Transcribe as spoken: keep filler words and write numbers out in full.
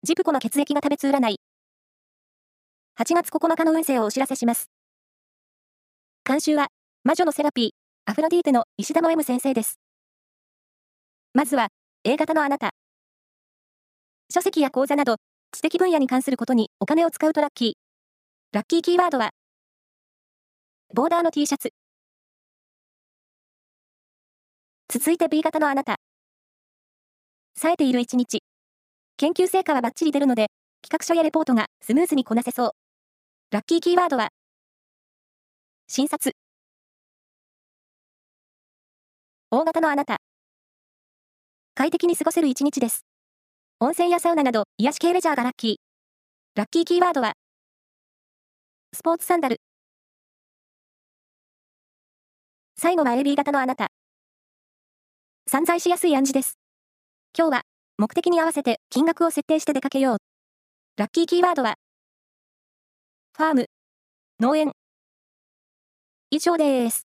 ジプコの血液が食べつ占い。はちがつここのかの運勢をお知らせします。監修は、魔女のセラピー、アフロディーテの石田の M 先生です。まずは、A 型のあなた。書籍や講座など、知的分野に関することにお金を使うとラッキー。ラッキーキーワードは、ボーダーの T シャツ。続いて B 型のあなた。冴えている一日。研究成果はバッチリ出るので、企画書やレポートがスムーズにこなせそう。ラッキーキーワードは、診察。O 型のあなた。快適に過ごせる一日です。温泉やサウナなど癒し系レジャーがラッキー。ラッキーキーワードは、スポーツサンダル。最後は エービー 型のあなた。散財しやすい暗示です。今日は目的に合わせて金額を設定して出かけよう。ラッキーキーワードは、ファーム、農園。以上です。